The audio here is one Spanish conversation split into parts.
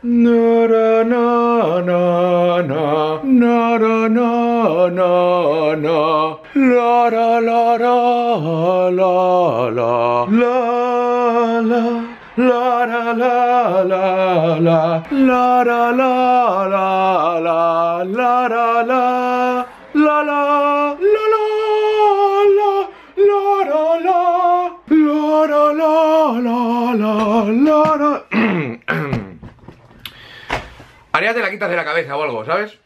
Na ra na na na na ra na na na la ra la ra la la la la la ra la la la la ra la la la la ra la la la la la la la ra la la la la la la. Haría te la quitas de la cabeza o algo, ¿sabes?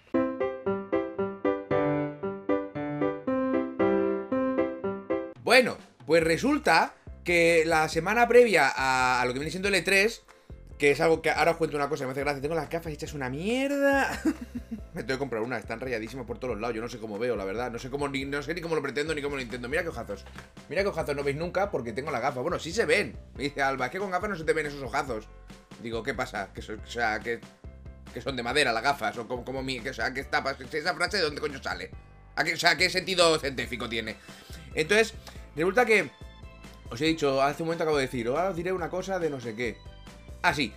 Bueno, pues resulta que la semana previa a lo que viene siendo el E3, que es algo que ahora os cuento una cosa que me hace gracia, tengo las gafas hechas una mierda. Me tengo que comprar una, están rayadísimas por todos los lados, yo no sé cómo veo, la verdad, no sé ni cómo lo pretendo ni cómo lo intento. Mira qué ojazos no veis nunca porque tengo las gafas. Bueno, sí se ven. Me dice Alba, es que con gafas no se te ven esos ojazos. Digo, ¿qué pasa? Que son de madera las gafas, o como mi, que, o sea, que está, esa frase de dónde coño sale. ¿Qué sentido científico tiene? Entonces, resulta que os he dicho, hace un momento acabo de decir, ahora os diré una cosa de no sé qué. Ah, sí.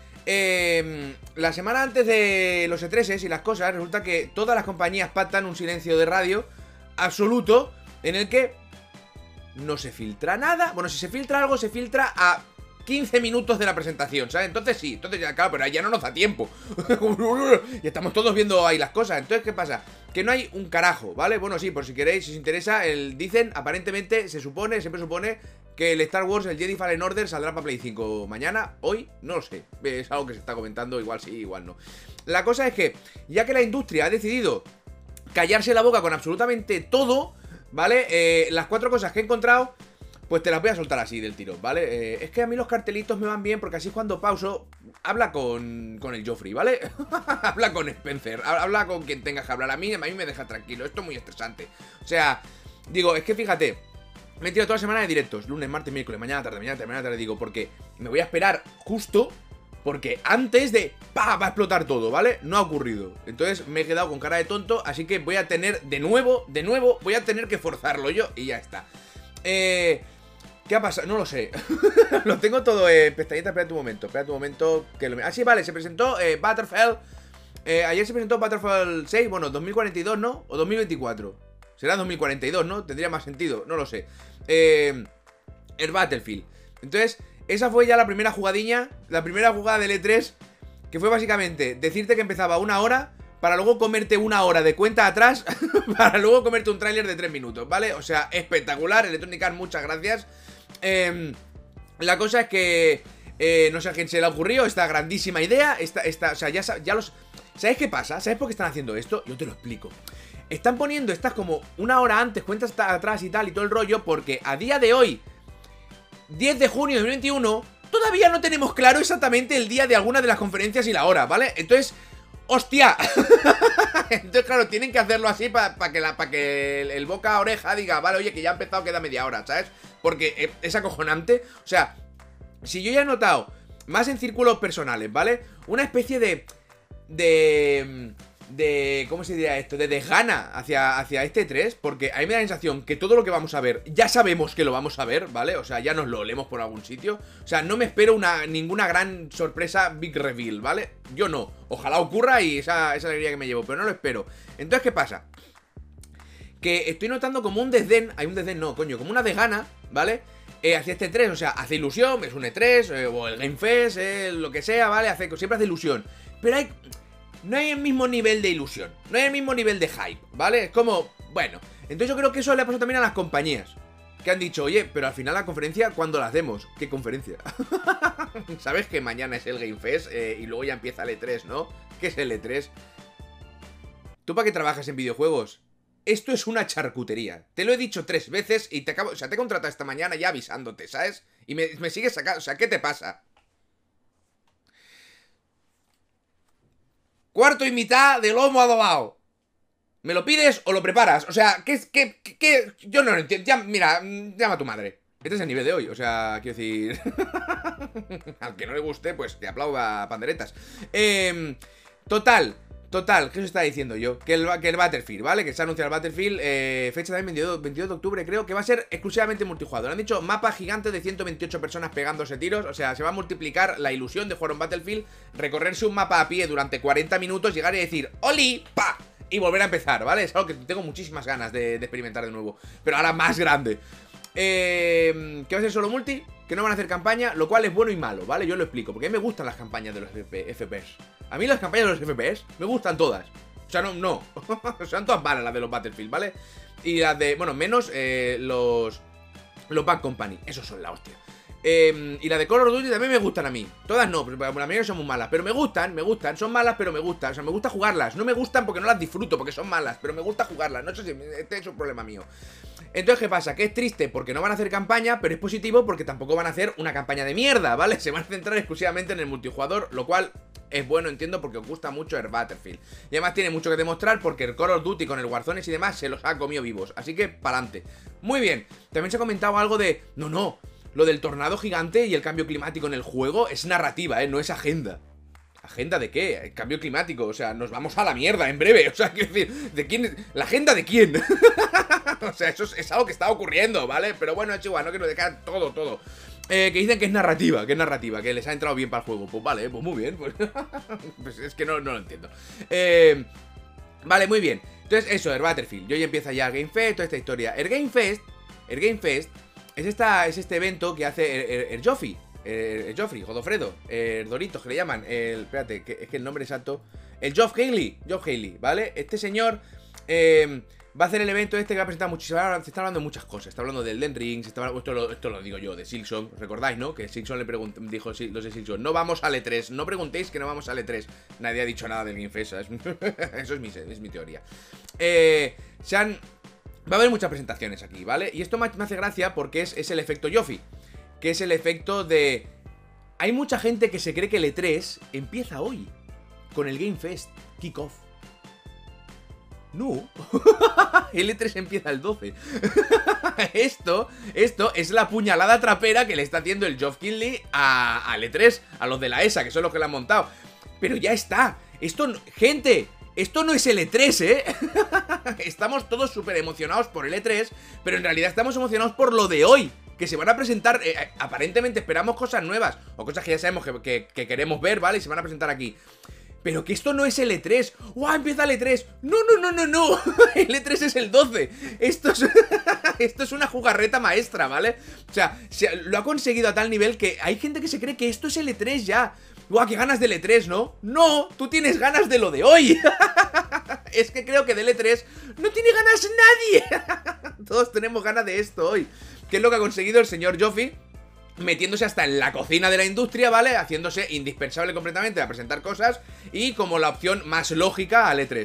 La semana antes de los E3s y las cosas, resulta que todas las compañías pactan un silencio de radio absoluto en el que no se filtra nada. Bueno, si se filtra algo, se filtra a 15 minutos de la presentación, ¿sabes? Entonces sí, entonces ya, claro, pero ya no nos da tiempo. Y estamos todos viendo ahí las cosas. Entonces, ¿qué pasa? Que no hay un carajo, ¿vale? Bueno, sí, por si queréis, si os interesa, dicen, aparentemente, siempre supone que el Star Wars, el Jedi Fallen Order, saldrá para Play 5 mañana, hoy, no lo sé. Es algo que se está comentando, igual sí, igual no. La cosa es que, ya que la industria ha decidido callarse la boca con absolutamente todo, ¿vale? Las 4 cosas que he encontrado, pues te las voy a soltar así del tirón, ¿vale? Es que a mí los cartelitos me van bien porque así cuando pauso, habla con el Joffrey, ¿vale? Habla con Spencer, habla con quien tengas que hablar. A mí me deja tranquilo, esto es muy estresante. O sea, digo, es que fíjate, me he tirado toda la semana de directos, lunes, martes, miércoles, mañana, tarde, digo, porque me voy a esperar justo, porque antes de ¡pah! Va a explotar todo, ¿vale? No ha ocurrido. Entonces me he quedado con cara de tonto, así que voy a tener de nuevo, voy a tener que forzarlo yo y ya está. ¿Qué ha pasado? No lo sé. Lo tengo todo pestañita, espérate un momento que lo... Ah, sí, vale, se presentó Battlefield. Ayer se presentó Battlefield 6, bueno, 2042, ¿no? O 2024. Será 2042, ¿no? Tendría más sentido, no lo sé. El Battlefield. Entonces, esa fue ya la primera jugadilla, la primera jugada del E3, que fue básicamente decirte que empezaba una hora, para luego comerte una hora de cuenta atrás, para luego comerte un tráiler de 3 minutos, ¿vale? O sea, espectacular, Electronic Arts, muchas gracias. La cosa es que no sé a quién se le ha ocurrido esta grandísima idea, o sea, ya los... ¿Sabes qué pasa? ¿Sabes por qué están haciendo esto? Yo te lo explico. Están poniendo estas como una hora antes, cuentas atrás y tal y todo el rollo, porque a día de hoy, 10 de junio de 2021, todavía no tenemos claro exactamente el día de alguna de las conferencias y la hora, ¿vale? Entonces... ¡Hostia! Entonces, claro, tienen que hacerlo así para que el boca a oreja diga, vale, oye, que ya ha empezado, queda media hora, ¿sabes? Porque es acojonante. O sea, si yo ya he notado, más en círculos personales, ¿vale? Una especie de ¿cómo se diría esto? De desgana hacia este 3, porque a mí me da la sensación que todo lo que vamos a ver, ya sabemos que lo vamos a ver, ¿vale? O sea, ya nos lo olemos por algún sitio. O sea, no me espero ninguna gran sorpresa, big reveal, ¿vale? Yo no. Ojalá ocurra y esa alegría que me llevo, pero no lo espero. Entonces, ¿qué pasa? Que estoy notando como un desdén, como una desgana, ¿vale? Hacia este 3, o sea, hace ilusión, es un E3, o el Game Fest, lo que sea, ¿vale? Siempre hace ilusión. Pero no hay el mismo nivel de ilusión, no hay el mismo nivel de hype, ¿vale? Es como, bueno, entonces yo creo que eso le ha pasado también a las compañías, que han dicho, oye, pero al final la conferencia, ¿cuándo la hacemos? ¿Qué conferencia? ¿Sabes que mañana es el Game Fest y luego ya empieza el E3, ¿no? ¿Qué es el E3? ¿Tú para qué trabajas en videojuegos? Esto es una charcutería. Te lo he dicho 3 veces y te he contratado esta mañana ya avisándote, ¿sabes? Y me sigues sacando, o sea, ¿qué te pasa? Cuarto y mitad de lomo adobado. ¿Me lo pides o lo preparas? O sea, ¿qué? Yo no lo entiendo. Ya, mira, llama a tu madre. Este es el nivel de hoy, o sea, quiero decir... Al que no le guste, pues te aplauda panderetas. Total, Total, ¿qué os estaba diciendo yo? Que el Battlefield, ¿vale? Que se ha anunciado el Battlefield, fecha también 22 de octubre creo, que va a ser exclusivamente multijugador. Han dicho mapa gigante de 128 personas pegándose tiros, o sea, se va a multiplicar la ilusión de jugar un Battlefield, recorrerse un mapa a pie durante 40 minutos, llegar y decir ¡Oli! ¡Pa! Y volver a empezar, ¿vale? Es algo que tengo muchísimas ganas de experimentar de nuevo, pero ahora más grande. Que va a ser solo multi, que no van a hacer campaña, lo cual es bueno y malo, ¿vale? Yo lo explico, porque a mí me gustan las campañas de los FPS. A mí las campañas de los FPS me gustan todas. O sea, no, son todas malas las de los Battlefield, ¿vale? Y las de, bueno, menos los Bad Company, esos son la hostia. Y las de Call of Duty también me gustan a mí. Todas no, la mayoría son muy malas, pero me gustan, son malas pero me gustan. O sea, me gusta jugarlas, no me gustan porque no las disfruto, porque son malas, pero me gusta jugarlas. No sé si este es un problema mío. Entonces, ¿qué pasa? Que es triste porque no van a hacer campaña, pero es positivo porque tampoco van a hacer una campaña de mierda, ¿vale? Se van a centrar exclusivamente en el multijugador, lo cual es bueno, entiendo, porque os gusta mucho el Battlefield. Y además tiene mucho que demostrar porque el Call of Duty con el Warzone y demás se los ha comido vivos. Así que, pa'lante. Muy bien. También se ha comentado algo de... No, lo del tornado gigante y el cambio climático en el juego es narrativa, no es agenda. ¿Agenda de qué? El cambio climático, o sea, nos vamos a la mierda en breve. O sea, quiero decir, ¿de quién? ¿La agenda de quién? O sea, eso es algo que está ocurriendo, ¿vale? Pero bueno, es igual, no quiero dejar todo. Que dicen que es narrativa, que les ha entrado bien para el juego. Pues vale, pues muy bien. Pues es que no lo entiendo. Vale, muy bien. Entonces, eso, el Battlefield. Yo ya empieza ya el Game Fest, toda esta historia. El Game Fest es este evento que hace el Joffrey. El Joffrey, Godofredo, el Doritos, que le llaman. Espérate, es que el nombre exacto. El Geoff Keighley, ¿vale? Este señor va a hacer el evento este que va a presentar muchísimas. Se está hablando de muchas cosas. Está hablando del Elden Ring. Esto lo digo yo, de Silksong. ¿Recordáis, no? Que Silksong dijo los de Silksong: no vamos al E3. No preguntéis que no vamos al E3. Nadie ha dicho nada del Game Fest, ¿sabes? Eso es mi teoría. Va a haber muchas presentaciones aquí, ¿vale? Y esto me hace gracia porque es el efecto Joffrey, que es el efecto de... Hay mucha gente que se cree que el E3 empieza hoy, con el Game Fest Kickoff. No. El E3 empieza el 12. Esto es la puñalada trapera que le está haciendo el Geoff Keighley al E3, a los de la ESA, que son los que la han montado. Pero ya está. Gente, esto no es el E3, ¿eh? Estamos todos súper emocionados por el E3, pero en realidad estamos emocionados por lo de hoy, que se van a presentar, aparentemente esperamos cosas nuevas, o cosas que ya sabemos que queremos ver, ¿vale? Y se van a presentar aquí. Pero que esto no es el E3. ¡Guau! Empieza el E3. No. El E3 es el 12. Esto es una jugarreta maestra, ¿vale? O sea, lo ha conseguido a tal nivel que hay gente que se cree que esto es el E3 ya. ¡Guau! ¡Qué ganas del E3!, ¿no? ¡No! Tú tienes ganas de lo de hoy. Es que creo que del E3 no tiene ganas nadie. Todos tenemos ganas de esto hoy. ¿Qué es lo que ha conseguido el señor Joffrey? Metiéndose hasta en la cocina de la industria, ¿vale? Haciéndose indispensable completamente a presentar cosas y como la opción más lógica al E3.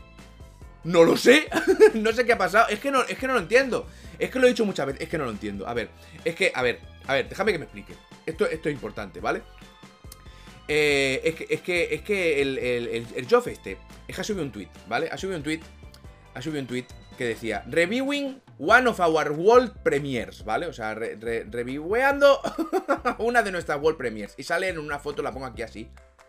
No lo sé. No sé qué ha pasado. Es que no lo entiendo. Es que lo he dicho muchas veces. Es que no lo entiendo. A ver, déjame que me explique. Esto es importante, ¿vale? Es que el Geoff es que ha subido un tweet, ¿vale? Ha subido un tweet que decía: reviewing one of our world premiers, ¿vale? O sea, reviewando una de nuestras world premiers. Y sale en una foto, la pongo aquí así,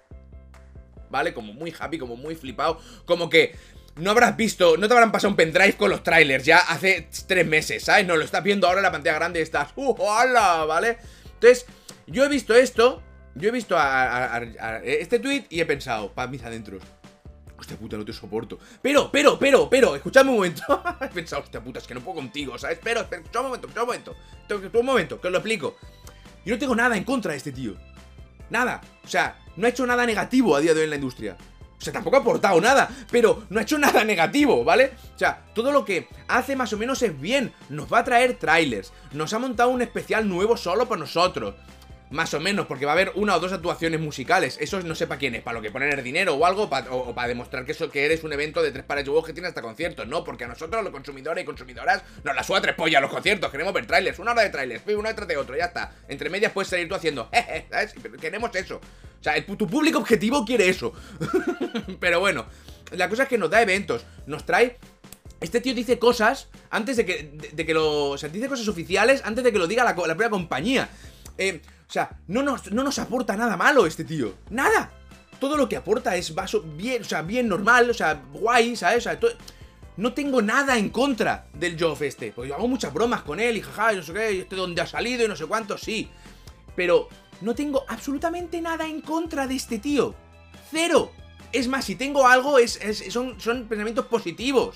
¿vale? Como muy happy, como muy flipado. Como que no te habrán pasado un pendrive con los trailers ya hace 3 meses, ¿sabes? No, lo estás viendo ahora en la pantalla grande y estás ¡hola! ¿Vale? Entonces, yo he visto esto. Yo he visto este tweet y he pensado, para mis adentros, hostia puta, no te soporto. Pero, escuchadme un momento. He pensado, hostia puta, es que no puedo contigo, ¿sabes? Pero, escuchad un momento, que os lo explico. Yo no tengo nada en contra de este tío. Nada. O sea, no ha hecho nada negativo a día de hoy en la industria. O sea, tampoco ha aportado nada, pero no ha hecho nada negativo, ¿vale? O sea, todo lo que hace más o menos es bien. Nos va a traer trailers. Nos ha montado un especial nuevo solo para nosotros. Más o menos, porque va a haber 1 o 2 actuaciones musicales. Eso no sé para quién es, para lo que ponen el dinero o algo, o para demostrar que eres un evento de 3 pares de huevos que tiene hasta conciertos. No, porque a nosotros, los consumidores y consumidoras, nos la suda 3 pollas los conciertos. Queremos ver trailers, 1 hora de trailers, uno detrás de otro, ya está. Entre medias puedes salir tú haciendo, ¿sabes? Queremos eso. O sea, tu público objetivo quiere eso. Pero bueno, la cosa es que nos da eventos, nos trae... Este tío dice cosas antes de que lo... O sea, dice cosas oficiales antes de que lo diga la propia compañía. O sea, no nos aporta nada malo este tío. ¡Nada! todo lo que aporta es bien, o sea, bien normal, o sea, guay, ¿sabes? O sea, no tengo nada en contra del Geoff este, porque yo hago muchas bromas con él y jaja, y no sé qué, y de dónde ha salido y no sé cuánto, sí. Pero no tengo absolutamente nada en contra de este tío. Cero. Es más, si tengo algo, son pensamientos positivos.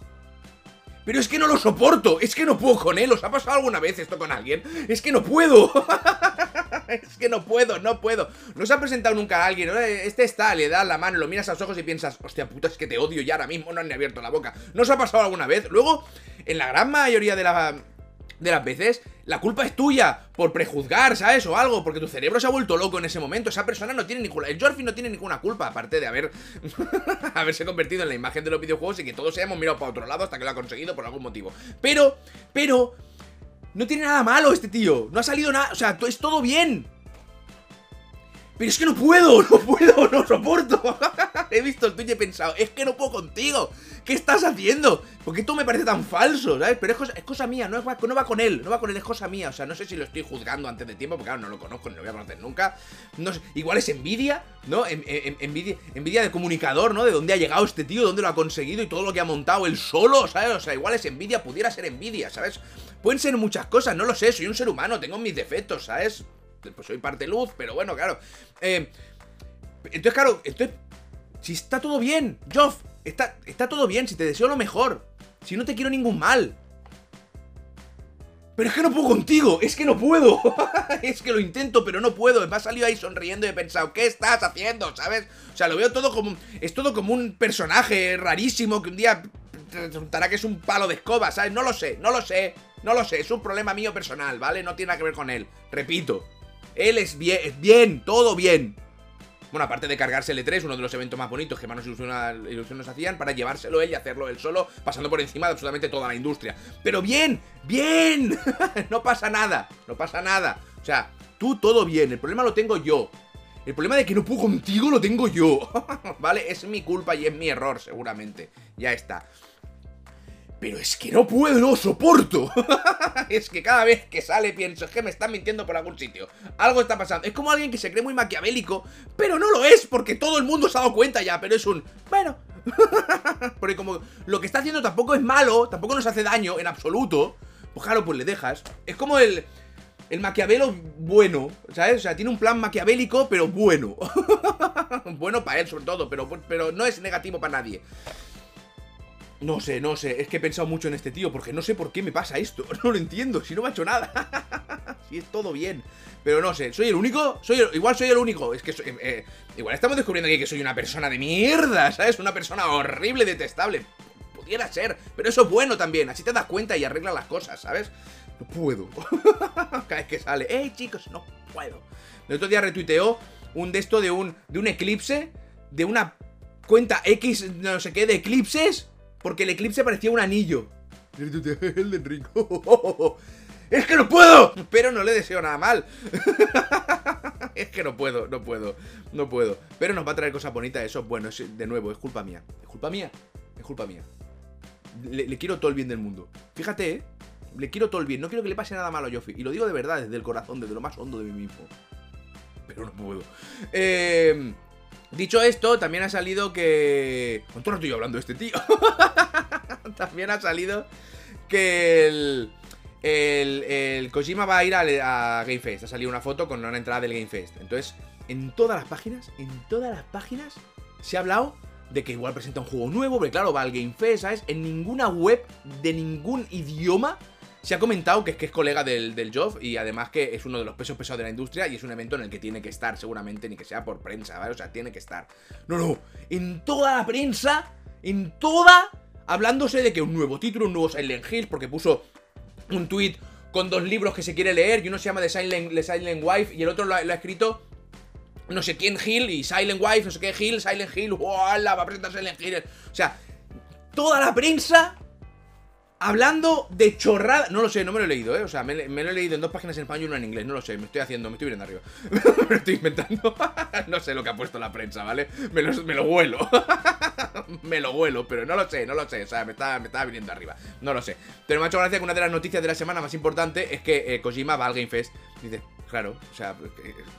Pero es que no lo soporto, es que no puedo con él. ¿Os ha pasado alguna vez esto con alguien? Es que no puedo. Es que no puedo. No se ha presentado nunca a alguien, ¿no? Este está, le das la mano, lo miras a los ojos y piensas, hostia puta, es que te odio ya ahora mismo, no han ni abierto la boca. ¿No os ha pasado alguna vez? Luego, en la gran mayoría de las veces, la culpa es tuya por prejuzgar, ¿sabes? O algo, porque tu cerebro se ha vuelto loco en ese momento. Esa persona no tiene ninguna... El Geoff no tiene ninguna culpa, aparte de haberse convertido en la imagen de los videojuegos y que todos hayamos mirado para otro lado hasta que lo ha conseguido por algún motivo. Pero... no tiene nada malo este tío. No ha salido nada... O sea, es todo bien. Pero es que no puedo, no soporto. He visto el tuyo y he pensado, es que no puedo contigo. ¿Qué estás haciendo? ¿Por qué todo me parece tan falso? ¿Sabes? Pero es cosa mía, no va con él, es cosa mía. O sea, no sé si lo estoy juzgando antes de tiempo, porque claro, no lo conozco, ni lo voy a conocer nunca. No sé, igual es envidia, ¿no? Envidia de comunicador, ¿no? De dónde ha llegado este tío, dónde lo ha conseguido y todo lo que ha montado él solo, ¿sabes? O sea, igual es envidia, pudiera ser envidia, ¿sabes? Pueden ser muchas cosas, no lo sé, soy un ser humano, tengo mis defectos, ¿sabes? Pues soy parte luz, pero bueno, claro. Entonces, claro, si está todo bien, Geoff, está todo bien, si te deseo lo mejor, si no te quiero ningún mal. Pero es que no puedo contigo, es que no puedo. Es que lo intento, pero no puedo. Me ha salido ahí sonriendo y he pensado, ¿qué estás haciendo? ¿Sabes? O sea, lo veo todo como... Es todo como un personaje rarísimo que un día resultará que es un palo de escoba, ¿sabes? No lo sé. Es un problema mío personal, ¿vale? No tiene nada que ver con él. Repito. Él es bien, todo bien. Bueno, aparte de cargarse el E3, uno de los eventos más bonitos que más ilusión nos hacían, para llevárselo él y hacerlo él solo, pasando por encima de absolutamente toda la industria. Pero bien. No pasa nada. O sea, tú todo bien, el problema lo tengo yo. El problema de que no puedo contigo lo tengo yo. ¿Vale? Es mi culpa y es mi error, seguramente. Ya está. Pero es que no puedo, no soporto. Es que cada vez que sale pienso, es que me están mintiendo por algún sitio. Algo está pasando. Es como alguien que se cree muy maquiavélico, pero no lo es, porque todo el mundo se ha dado cuenta ya. Pero es un... Bueno. Porque como lo que está haciendo tampoco es malo, tampoco nos hace daño en absoluto, pues claro, pues le dejas. Es como el Maquiavelo bueno, ¿sabes? O sea, tiene un plan maquiavélico, pero bueno. Bueno para él sobre todo, pero no es negativo para nadie. No sé, es que he pensado mucho en este tío, porque no sé por qué me pasa esto, no lo entiendo, si no me ha hecho nada. Si es todo bien. Pero no sé, ¿soy el único? Igual soy el único, es que igual estamos descubriendo aquí que soy una persona de mierda, ¿sabes? Una persona horrible, detestable. Pudiera ser, pero eso es bueno también, así te das cuenta y arreglas las cosas, ¿sabes? No puedo. Cada vez que sale, chicos, no puedo. El otro día retuiteó un de esto de un eclipse, de una cuenta X, no sé qué, de eclipses. Porque el eclipse parecía un anillo. Elden Ring. ¡Es que no puedo! Pero no le deseo nada mal. Es que no puedo. Pero nos va a traer cosas bonitas, eso. Bueno, de nuevo, es culpa mía. Le quiero todo el bien del mundo. Fíjate, le quiero todo el bien. No quiero que le pase nada malo a Geoff. Y lo digo de verdad, desde el corazón, desde lo más hondo de mí mismo. Pero no puedo. Dicho esto, también ha salido que... ¿Cuánto rato estoy hablando de este tío? También ha salido que el Kojima va a ir a Game Fest. Ha salido una foto con una entrada del Game Fest. Entonces, en todas las páginas se ha hablado de que igual presenta un juego nuevo, porque claro, va al Game Fest, ¿sabes? En ninguna web de ningún idioma se ha comentado que es colega del Geoff, y además que es uno de los pesos pesados de la industria y es un evento en el que tiene que estar seguramente, ni que sea por prensa, ¿vale? O sea, tiene que estar. No, en toda la prensa, hablándose de que un nuevo título, un nuevo Silent Hill, porque puso un tweet con 2 libros que se quiere leer, y uno se llama The Silent Wife y el otro lo ha escrito no sé quién Hill y Silent Wife, no sé qué Hill, Silent Hill, ¡hola! Va a presentar Silent Hill. O sea, toda la prensa hablando de chorrada. No lo sé, no me lo he leído, O sea, me lo he leído en 2 páginas en español y una en inglés. No lo sé, me estoy viendo arriba. Me lo estoy inventando. No sé lo que ha puesto la prensa, ¿vale? Me lo huelo. Me lo huelo, pero no lo sé. O sea, me estaba viniendo arriba. No lo sé. Pero me ha hecho gracia que una de las noticias de la semana más importante es que Kojima va al Game Fest. Dice, claro, o sea...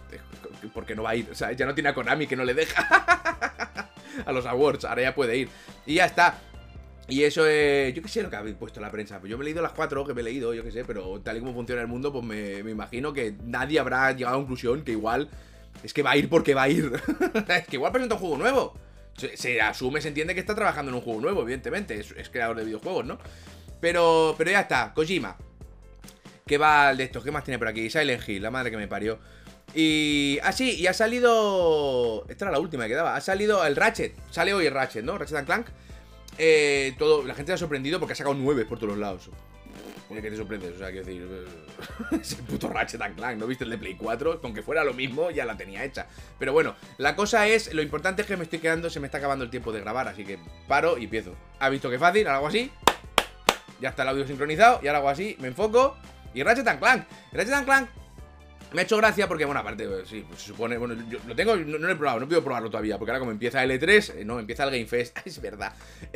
porque no va a ir, o sea, ya no tiene a Konami que no le deja a los awards, ahora ya puede ir. Y ya está. Y eso es... Yo qué sé lo que habéis puesto en la prensa. Pues yo me he leído las 4 que me he leído, yo qué sé. Pero tal y como funciona el mundo, pues me imagino que nadie habrá llegado a la conclusión que igual... Es que va a ir porque va a ir. Es que igual presenta un juego nuevo. Se asume, se entiende que está trabajando en un juego nuevo, evidentemente. Es creador de videojuegos, ¿no? Pero ya está, Kojima. Que va de estos, ¿qué más tiene por aquí? Silent Hill, la madre que me parió. Y... Ah, sí, y ha salido... Esta era la última que quedaba. Ha salido el Ratchet. Sale hoy el Ratchet, ¿no? Ratchet Clank. La gente se ha sorprendido porque ha sacado 9 por todos los lados. Oye, que te sorprendes, o sea, quiero decir... Ese puto Ratchet Clank, ¿no viste el de Play 4? Aunque fuera lo mismo, ya la tenía hecha. Pero bueno, la cosa es... Lo importante es que me estoy quedando... Se me está acabando el tiempo de grabar, así que paro y empiezo. ¿Ha visto qué fácil? Ahora hago así. Ya está el audio sincronizado. Y ahora hago así, me enfoco. Y Ratchet Clank. Ratchet Clank me ha hecho gracia porque, bueno, aparte, sí, pues se supone... Bueno, yo lo tengo, no lo he probado, no puedo probarlo todavía. Porque ahora como empieza el E3, no, empieza el Game Fest. Es verdad.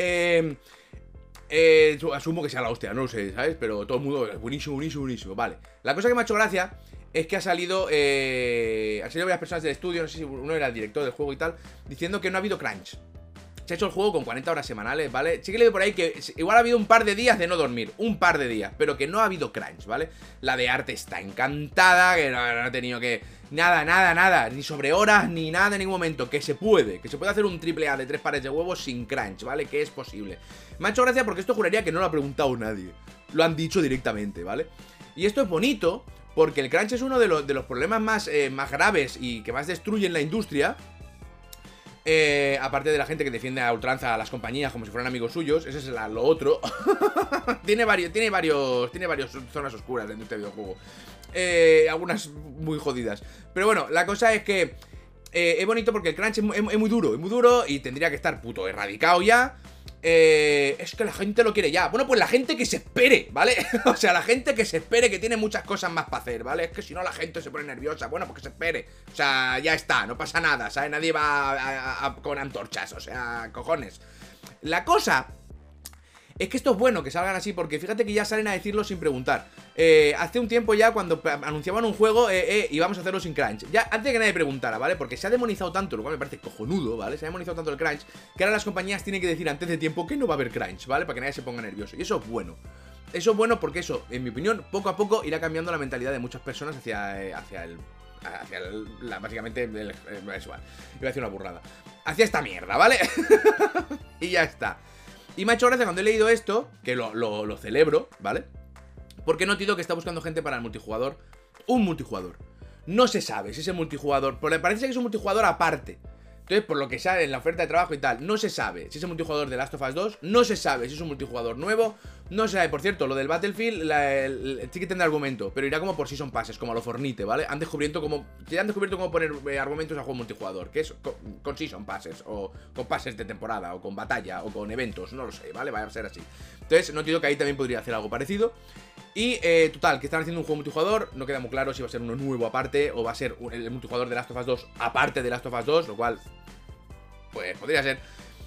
Asumo que sea la hostia, no lo sé, ¿sabes? Pero todo el mundo, buenísimo, buenísimo, buenísimo. Vale, la cosa que me ha hecho gracia es que ha salido varias personas del estudio, no sé si uno era el director del juego y tal, diciendo que no ha habido crunch. Se ha hecho el juego con 40 horas semanales, ¿vale? Sí que he leído por ahí que igual ha habido un par de días de no dormir, un par de días, pero que no ha habido crunch, ¿vale? La de arte está encantada, que no ha tenido que... Nada, ni sobre horas, ni nada en ningún momento, que se puede hacer un triple A de 3 pares de huevos sin crunch, ¿vale? Que es posible. Me ha hecho gracia porque esto juraría que no lo ha preguntado nadie, lo han dicho directamente, ¿vale? Y esto es bonito porque el crunch es uno de los problemas más graves y que más destruyen la industria. Aparte de la gente que defiende a ultranza a las compañías como si fueran amigos suyos, eso es lo otro. tiene varias zonas oscuras dentro de este videojuego. Algunas muy jodidas. Pero bueno, la cosa es que es bonito porque el crunch es muy duro y tendría que estar puto erradicado ya. Es que la gente lo quiere ya. Bueno, pues la gente que se espere, ¿vale? O sea, la gente que se espere, que tiene muchas cosas más para hacer, ¿vale? Es que si no la gente se pone nerviosa. Bueno, pues que se espere. O sea, ya está, no pasa nada, ¿sabes? Nadie va con antorchas, o sea, cojones. La cosa es que esto es bueno que salgan así porque fíjate que ya salen a decirlo sin preguntar. Hace un tiempo ya cuando anunciaban un juego íbamos a hacerlo sin crunch. Ya antes de que nadie preguntara, ¿vale? Porque se ha demonizado tanto, lo cual me parece cojonudo, ¿vale? Se ha demonizado tanto el crunch que ahora las compañías tienen que decir antes de tiempo que no va a haber crunch, ¿vale? Para que nadie se ponga nervioso. Y eso es bueno. Eso es bueno porque eso, en mi opinión, poco a poco irá cambiando la mentalidad de muchas personas básicamente es igual, iba a decir una burrada, hacia esta mierda, ¿vale? Y ya está. Y me ha hecho gracia cuando he leído esto, que lo celebro, ¿vale? Porque Naughty Dog está buscando gente para el multijugador. Un multijugador. No se sabe si es el multijugador, pero parece que es un multijugador aparte. Entonces, por lo que sale en la oferta de trabajo y tal, no se sabe si es el multijugador de Last of Us 2, no se sabe si es un multijugador nuevo, no se sabe. Por cierto, lo del Battlefield sí que tendrá argumento, pero irá como por Season Passes, como a lo Fornite, ¿vale? Han descubierto cómo poner argumentos a juego multijugador, que es con Season Passes, o con pases de temporada, o con batalla, o con eventos, no lo sé, ¿vale? Va a ser así. Entonces, no digo que ahí también podría hacer algo parecido. Y, total, que están haciendo un juego multijugador, no queda muy claro si va a ser uno nuevo aparte, o va a ser el multijugador de Last of Us 2 aparte de Last of Us 2, lo cual... Pues podría ser.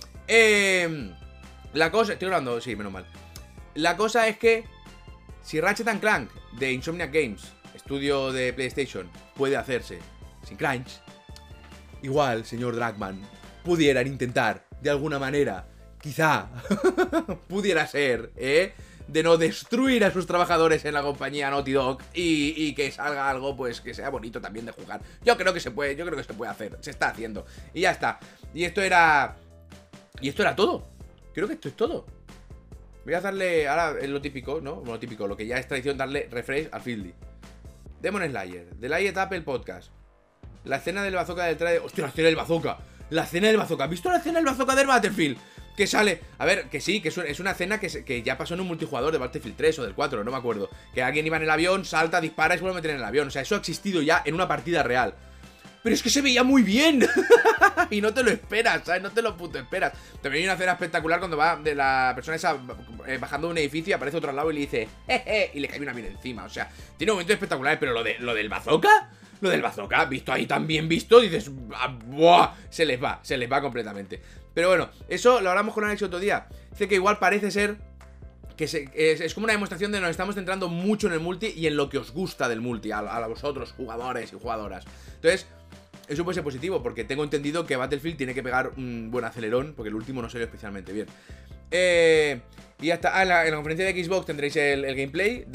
La cosa... Estoy grabando, sí, menos mal. La cosa es que si Ratchet Clank de Insomniac Games, estudio de PlayStation, puede hacerse sin crunch, igual, señor Dragman, pudieran intentar, de alguna manera, quizá, pudiera ser, de no destruir a sus trabajadores en la compañía Naughty Dog y que salga algo, pues, que sea bonito también de jugar. Yo creo que se puede hacer, se está haciendo. Y ya está. Y esto era todo. Creo que esto es todo. Voy a darle, ahora es lo típico, ¿no? Lo típico, lo que ya es tradición, darle refresh al Fieldy. Demon Slayer, The Light Apple Podcast. La escena del bazooka del trailer. ¡Hostia, la escena del bazooka! La escena del bazooka. ¿Has visto la escena del bazooka del Battlefield? Que sale, a ver, que sí, que es una escena que ya pasó en un multijugador de Battlefield 3 o del 4, no me acuerdo. Que alguien iba en el avión, salta, dispara y se vuelve a meter en el avión. O sea, eso ha existido ya en una partida real. Pero es que se veía muy bien. Y no te lo esperas, ¿sabes? No te lo puto esperas. También hay una escena espectacular cuando va de la persona esa bajando de un edificio y aparece otro al lado y le dice jeje, y le cae un avión encima. O sea, tiene momentos espectaculares, pero lo del bazooka, visto ahí tan bien visto, dices, ¡buah! Se les va completamente. Pero bueno, eso lo hablamos con Alex otro día. Dice que igual parece ser que es como una demostración de que nos estamos centrando mucho en el multi y en lo que os gusta del multi, a vosotros, jugadores y jugadoras. Entonces, eso puede ser positivo, porque tengo entendido que Battlefield tiene que pegar un buen acelerón, porque el último no salió especialmente bien. Y ya está. En la conferencia de Xbox tendréis el gameplay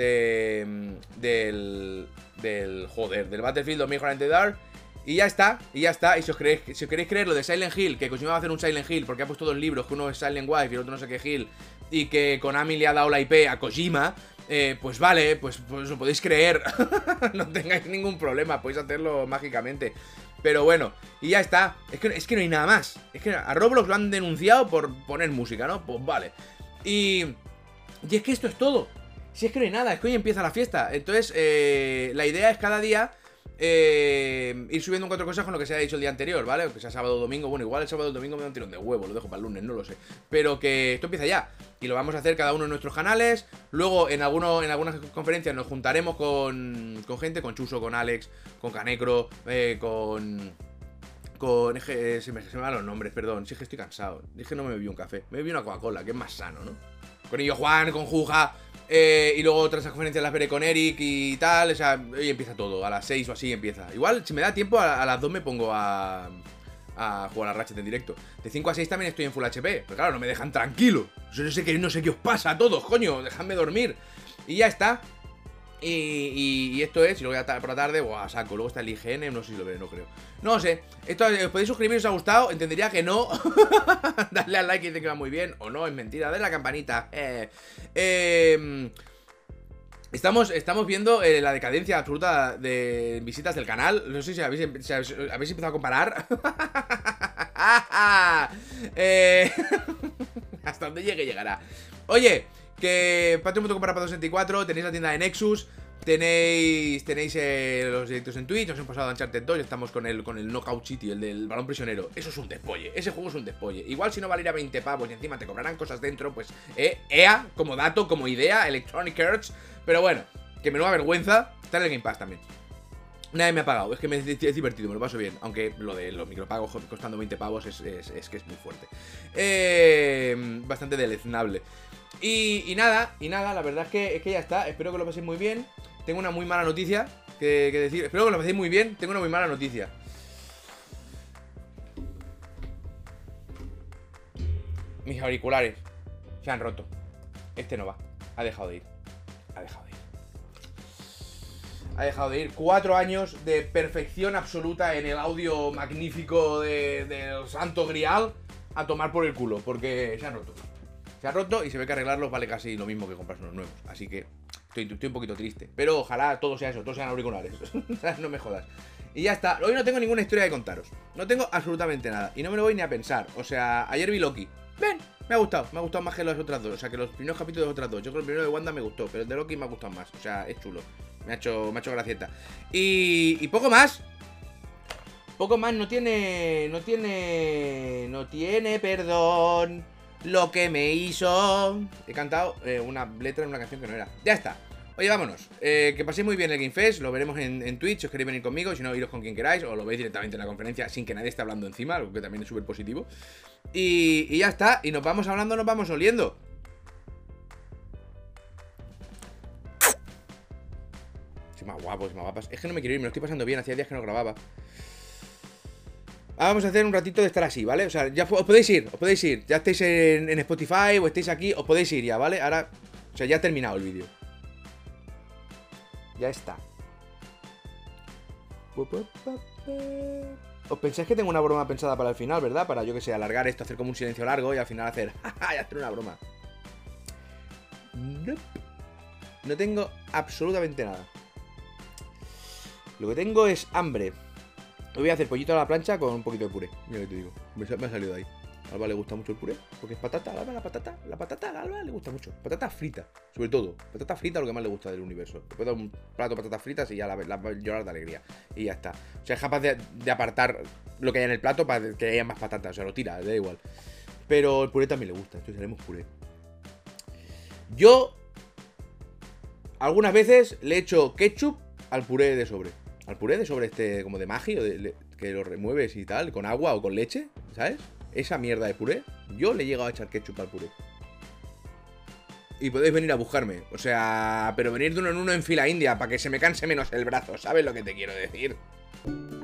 del Battlefield 2042. Y ya está. Y si os queréis creer lo de Silent Hill, que Kojima va a hacer un Silent Hill porque ha puesto dos libros, que uno es Silent Wife y el otro no sé qué Hill, y que Konami le ha dado la IP a Kojima, pues vale, pues lo podéis creer. No tengáis ningún problema, podéis hacerlo mágicamente. Pero bueno, y ya está. Es que no hay nada más. Es que a Roblox lo han denunciado por poner música, ¿no? Pues vale. Y es que esto es todo. Si es que no hay nada, es que hoy empieza la fiesta. Entonces, la idea es cada día ir subiendo 4 cosas con lo que se ha dicho el día anterior, ¿vale? Que sea sábado o domingo. Bueno, igual el sábado o domingo me da un tirón de huevo, lo dejo para el lunes, no lo sé. Pero que esto empieza ya. Y lo vamos a hacer cada uno en nuestros canales. Luego en algunas conferencias nos juntaremos con gente, con Chuso, con Alex, con Canecro, se me van los nombres, perdón. Si es que estoy cansado. Dije no me bebí un café, me bebí una Coca-Cola, que es más sano, ¿no? Con ello Juan, con Juja. Y luego otras conferencias las veré con Eric y tal. O sea, hoy empieza todo, a las 6 o así empieza. Igual, si me da tiempo, a las 2 me pongo a jugar a Ratchet en directo. De 5 a 6 también estoy en Full HP. Pero claro, no me dejan tranquilo. Yo no sé qué os pasa a todos, coño. Dejadme dormir. Y ya está. Y esto es, y luego ya por la tarde, buah, saco. Luego está el IGN, no sé si lo veré, no creo. No sé, esto os podéis suscribir si os ha gustado. Entendería que no. Dadle al like y dice que va muy bien. O no, es mentira, dadle a la campanita. Estamos viendo la decadencia absoluta de visitas del canal. No sé si habéis empezado a comparar. Hasta donde llegará. Oye, que Patreon.com para 64, tenéis la tienda de Nexus, tenéis los directos en Twitch, nos hemos pasado a Uncharted 2, estamos con el Knockout City, el del balón prisionero. Eso es un despolle, ese juego es un despolle. Igual si no valiera 20 pavos y encima te cobrarán cosas dentro, pues EA, como dato, como idea, Electronic Arts. Pero bueno, que menuda vergüenza, está en el Game Pass también. Nadie me ha pagado, es que es divertido, me lo paso bien. Aunque lo de los micropagos costando 20 pavos es que es muy fuerte. Bastante deleznable. Y nada, la verdad es que ya está. Espero que lo paséis muy bien. Tengo una muy mala noticia que decir. Espero que lo paséis muy bien. Tengo una muy mala noticia. Mis auriculares se han roto. Este no va. Ha dejado de ir. Ha dejado de ir. 4 años de perfección absoluta en el audio magnífico del Santo Grial a tomar por el culo, porque se han roto. Se ha roto y se ve que arreglarlos vale casi lo mismo que comprarse unos nuevos. Así que estoy un poquito triste. Pero ojalá todo sea eso, todos sean auriculares. No me jodas. Y ya está. Hoy no tengo ninguna historia de contaros. No tengo absolutamente nada. Y no me lo voy ni a pensar. O sea, ayer vi Loki. Ven, me ha gustado más que las otras dos. O sea, que los primeros capítulos de las otras dos. Yo creo que el primero de Wanda me gustó, pero el de Loki me ha gustado más. O sea, es chulo. Me ha hecho gracieta. Y poco más. Poco más, no tiene, perdón, lo que me hizo. He cantado una letra en una canción que no era. Ya está. Oye, vámonos. Que paséis muy bien el Game Fest. Lo veremos en Twitch. Si os queréis venir conmigo. Si no, iros con quien queráis. O lo veis directamente en la conferencia sin que nadie esté hablando encima. Algo que también es súper positivo. Y ya está. Y nos vamos hablando, nos vamos oliendo. Soy más guapo, soy más guapas. Es que no me quiero ir, me lo estoy pasando bien. Hacía días que no grababa. Ahora vamos a hacer un ratito de estar así, ¿vale? O sea, ya os podéis ir. Ya estáis en Spotify o estáis aquí. Os podéis ir ya, ¿vale? Ahora, o sea, ya ha terminado el vídeo. Ya está. ¿Os pensáis que tengo una broma pensada para el final, verdad? Para, yo que sé, alargar esto, hacer como un silencio largo y al final hacer... y hacer una broma. Nope. No tengo absolutamente nada. Lo que tengo es hambre. Hoy voy a hacer pollito a la plancha con un poquito de puré. Mira lo que te digo. Me ha salido de ahí. A Alba le gusta mucho el puré, porque es patata. A Alba la patata a Alba le gusta mucho. Patata frita, sobre todo. Patata frita es lo que más le gusta del universo. Después de un plato de patatas fritas y ya la llorar de alegría. Y ya está. O sea, es capaz de apartar lo que hay en el plato para que haya más patatas. O sea, lo tira, le da igual. Pero el puré también le gusta. Entonces haremos puré. Yo algunas veces le echo ketchup al puré de sobre. Al puré de sobre este como de Maggi, que lo remueves y tal, con agua o con leche, ¿sabes? Esa mierda de puré, yo le he llegado a echar ketchup al puré. y podéis venir a buscarme. O sea, pero venir de uno en uno en fila india para que se me canse menos el brazo, ¿sabes lo que te quiero decir?